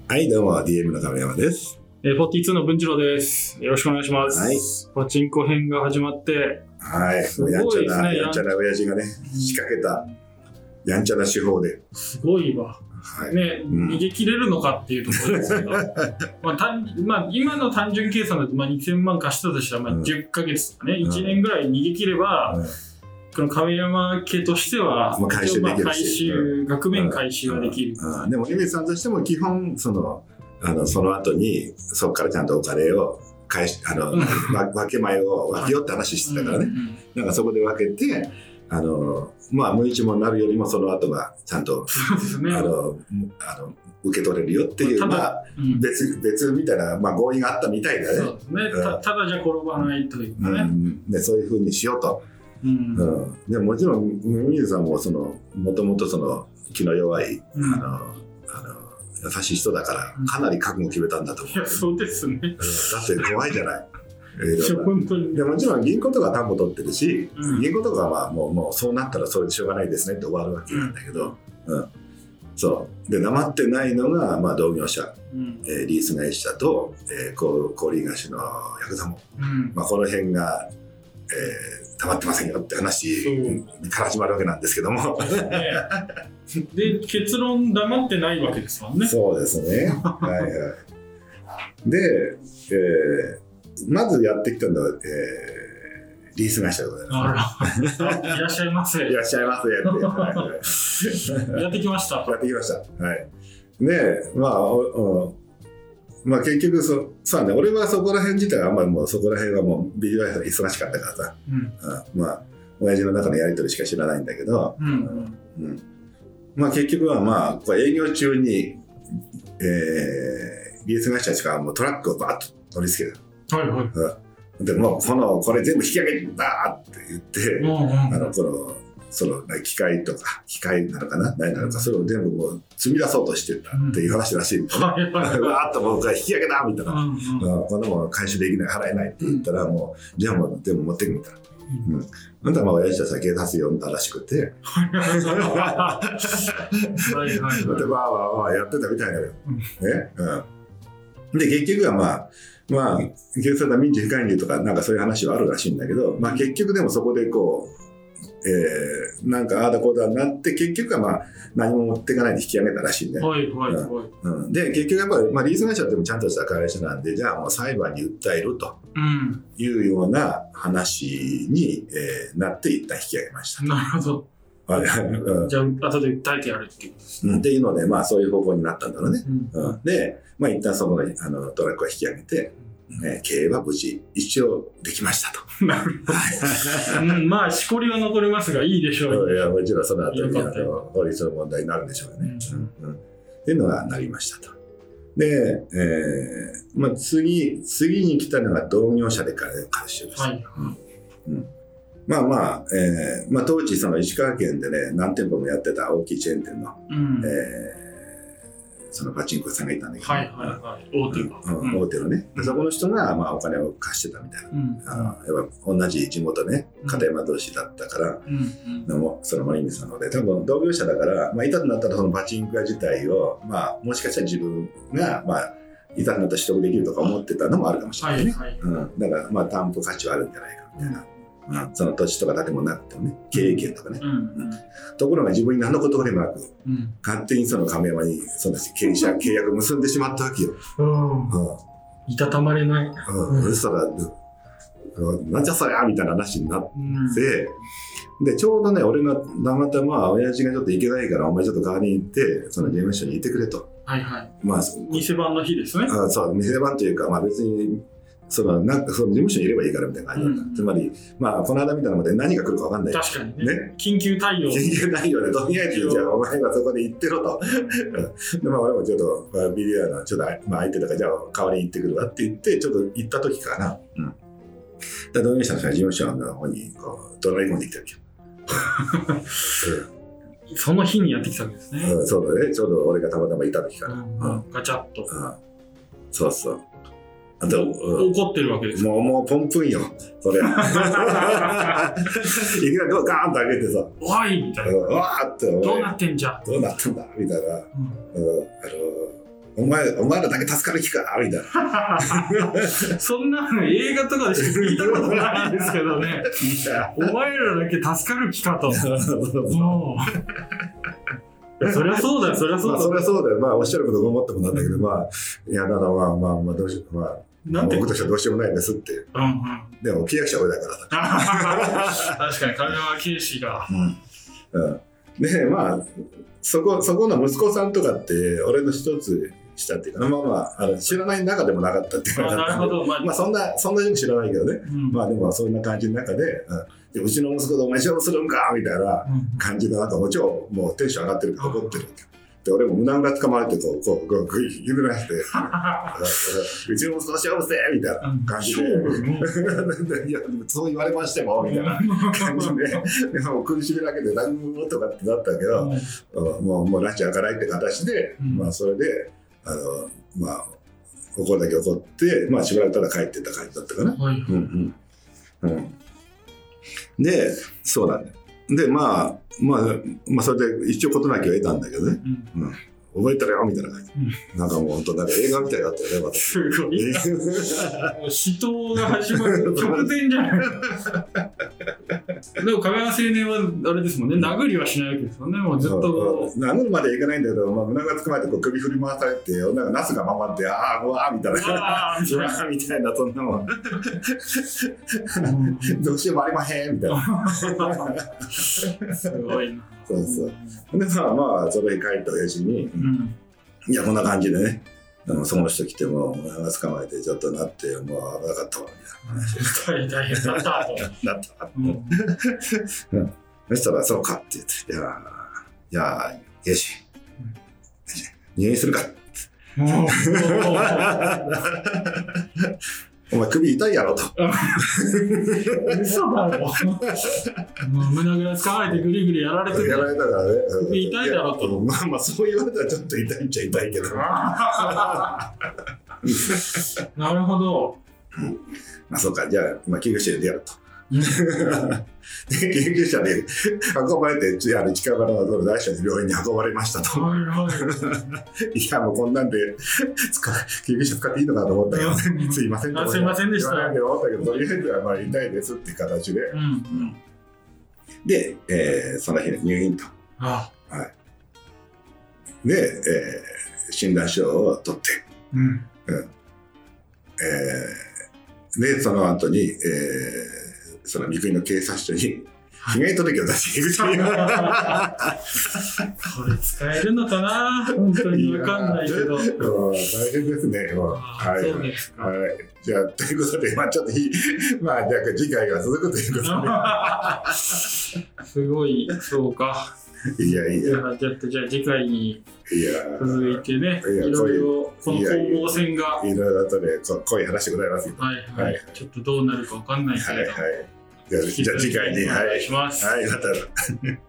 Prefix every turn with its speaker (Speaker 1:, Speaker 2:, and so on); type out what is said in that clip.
Speaker 1: はい、どうも DM の亀山です。
Speaker 2: 42の文次郎です。よろしくお願いします。
Speaker 1: はい、
Speaker 2: パチンコ編が始まって、
Speaker 1: はい、
Speaker 2: すごいですね。
Speaker 1: やんちゃな親父がね、仕掛けたやんちゃな手法で。
Speaker 2: すごいわ。はい、ね、逃げ切れるのかっていうところですけど、今の単純計算だと2000万貸したとしたら10ヶ月とかね、1年ぐらい逃げ切れば、この亀山家としては、
Speaker 1: 回収できるし、
Speaker 2: 額面回収ができる。
Speaker 1: でも、姫さんとしても基本、その後に、そこからちゃんとお金を返し、分け前を分けようって話してたからね。なんかそこで分けて、無一文になるよりもその後がちゃんと、受け取れるよっていう、別みたいな、合意があったみたいだね。
Speaker 2: そうですね。ただじゃ転ばないというかね。
Speaker 1: そういうふうにしようと。でもちろん水さんももともと気の弱い優しい人だからかなり覚悟決めたんだと思う。
Speaker 2: いやそうですね。
Speaker 1: だって怖いじゃない。
Speaker 2: 本当に。
Speaker 1: でもちろん銀行とか担保取ってるし、銀行とかはもうそうなったらそれでしょうがないですねって終わるわけなんだけど、そうで黙ってないのが同業者、リース会社と小売会社のヤクザも、この辺が黙ってませんよって話から始まるわけなんですけども
Speaker 2: で結論黙ってないわけですもんね。
Speaker 1: そうですねはいはいで、まずやってきたのは、リース会社でございます。
Speaker 2: いらっしゃいませ
Speaker 1: いらっしゃいませって
Speaker 2: やってきました
Speaker 1: はいで結局そうね、俺はそこら辺自体はあんまりもうそこら辺はもうビジュアル忙しかったからさ、親父の中のやり取りしか知らないんだけど、結局は営業中に、リース会社しかもうトラックをバーッと乗り付けた。でもうこれ全部引き上げるんだって言って、機械なのかな何なのか、それを全部もう積み出そうとしてたっていう話らしいんだよね。わーっともう引き上げだみたいな、こんなもん回収できない払えないって言ったら、もうじゃあもう全部持ってくみたいな。あんた親父はさ警察呼んだらしくてでやってたみたいだよ、で結局は警察は民事不介入とかなんかそういう話はあるらしいんだけど、結局でもそこでなんかああだこうだになって結局は何も持っていかないで引き上げたらしいんだよ。で結局やっぱりリース会社でもちゃんとした会社なんで、じゃあもう裁判に訴えるというような話に、なって一旦引き上げました。
Speaker 2: なるほど。じゃあ後で訴えてやるっていう、
Speaker 1: っていうのでそういう方向になったんだろうね。で一旦そこでトラックを引き上げて、経営は無事一応できましたと。
Speaker 2: なるほど。しこりは残りますがいいでしょう。
Speaker 1: いやもちろんその後に法律の問題になるんでしょうね。っていうのがなりましたと。で、次に来たのが同業者で回収です。当時石川県でね何店舗もやってた大きいチェーン店の、そのパチンコ屋さんがいたんだけど、大手のね、そこの人がお金を貸してたみたいな、やっぱ同じ地元ね片山同士だったから、その森水さんので多分同業者だからいたとなったらそのパチンコ屋自体をもしかしたら自分がいたとなったら取得できるとか思ってたのもあるかもしれないね。だから担保価値はあるんじゃないかみたいな。その土地とか建物なくてもね、経営権とかね。ところが自分に何のことでもなく、勝手にその亀山に契約を結んでしまったわけよ。
Speaker 2: いたたまれない。
Speaker 1: 嘘だ、なんじゃそりゃみたいな話になって、でちょうどね俺がたまたま親父がちょっと行けないからお前ちょっと代わりに行ってその事務所にいてくれと。
Speaker 2: 店番の日ですね。
Speaker 1: そう店番というか別に。その事務所にいればいいからみたいな感じだった。つまりこの間みたいなので何が来るか分かんない。
Speaker 2: 確かにね。緊急対応
Speaker 1: でとりあえずじゃあお前はそこで行ってろと。で俺もちょっとビリヤードちょっと相手だからじゃあ代わりに行ってくるわって言ってちょっと行った時かな。同業者の事務所の方に怒鳴り込んできたわけよ。
Speaker 2: その日にやってきたわけですね。
Speaker 1: そうだね。ちょうど俺がたまたまいた時から。
Speaker 2: ガチャッと。
Speaker 1: そうそう。
Speaker 2: 怒ってるわけですよ。
Speaker 1: もうポンプンよ、それ。いきなりガーンと開けてさ、
Speaker 2: おいみたいな。
Speaker 1: わーって、
Speaker 2: どうなってんじゃん。
Speaker 1: どうなったんだみたいな。 お前らだけ助かる気かみたい
Speaker 2: な。そんなの映画とかでしか聞いたことないですけどね。お前らだけ助かる気かと。そりゃそうだよ、そりゃそうだよ。
Speaker 1: そりゃそうだよ。まあおっしゃることごもってもなんだけど、まあいやだからまあどうしよう、まあ僕としてはどうしようもないんですって。でも契約者俺だから
Speaker 2: 確かに香川警視が。
Speaker 1: でまあそこの息子さんとかって俺の一つ下っていうか、まあ知らない中でもなかったっていうか、
Speaker 2: なるほど。
Speaker 1: まあそんなに知らないけどね。まあでもそんな感じの中で。うちの息子とお前勝負するんかみたいな感じで、なんかもちろんもうテンション上がってるから怒ってるわけで、俺も胸ぐらつかまれてこうゆるらしてうちの息子と勝負せみたいな感じでいやそう言われましてもみたいな感じでもう苦しみだけで何もとかってなったけど、もう拉致開かないって形で、まあそれでまあ怒るだけ怒って、まあしばらくただ帰ってた感じだったかな。で、そうなんだよ。で、まあ、それで一応事なきを得たんだけどね。覚えてるよみたいな感じ。なんかもう本当なんか映画みたいだったよね、また。
Speaker 2: すごい。死闘が始まる直前じゃない。でも、香川青年はあれですもんね、殴りはしないわけですよね、もうずっと。
Speaker 1: 殴るまでいかないんだけど、胸がつかまえて首振り回されて、なんかナスが回って、ああ、うわーみたいな。うわーみたいな、そんなもん。どうしようもありまへんみたいな。
Speaker 2: すごいな。
Speaker 1: そうそう。でまあそれに帰った親父に、いやこんな感じでね、その人来ても胸が捕まえてちょっとなってもう危なかったわみたいな話。
Speaker 2: 大変だったと。
Speaker 1: なった。そしたらそうかって言って、いやよし入院するか。お前首痛いやろと。
Speaker 2: 嘘だろ。胸ぐらつかまれてグリグリやられてる。
Speaker 1: やられたからね。
Speaker 2: 首痛いだろと。
Speaker 1: まあそう言われたらちょっと痛いっちゃ痛いけど。
Speaker 2: なるほど。
Speaker 1: まあそうか、じゃあ救急車でやると。で救急車で運ばれて近場の大社の病院に運ばれましたと。いやもうこんなんで救急車使っていいのかと思ったけど、すいません
Speaker 2: すいませんでした。
Speaker 1: 思ったけどとりあえずはまあ痛いですっていう形で、で、その日の入院と。で、診断書を取って、でその後に、その三国の警察署に被害届を出していくという。こ
Speaker 2: れ使えるのかな、本当に分かんないけど。
Speaker 1: 大変ですね。
Speaker 2: そうですか。
Speaker 1: じゃあということで、まあちょっとまあ次回が続くということで。
Speaker 2: すごい、そうか。
Speaker 1: いやいや。
Speaker 2: じゃあ次回に続いてね、いろいろこの攻防戦が。
Speaker 1: いろいろとね、濃い話でございます。
Speaker 2: はい。ちょっとどうなるか分かんないけど。
Speaker 1: じゃあ次回に
Speaker 2: お願いします。
Speaker 1: はい、また。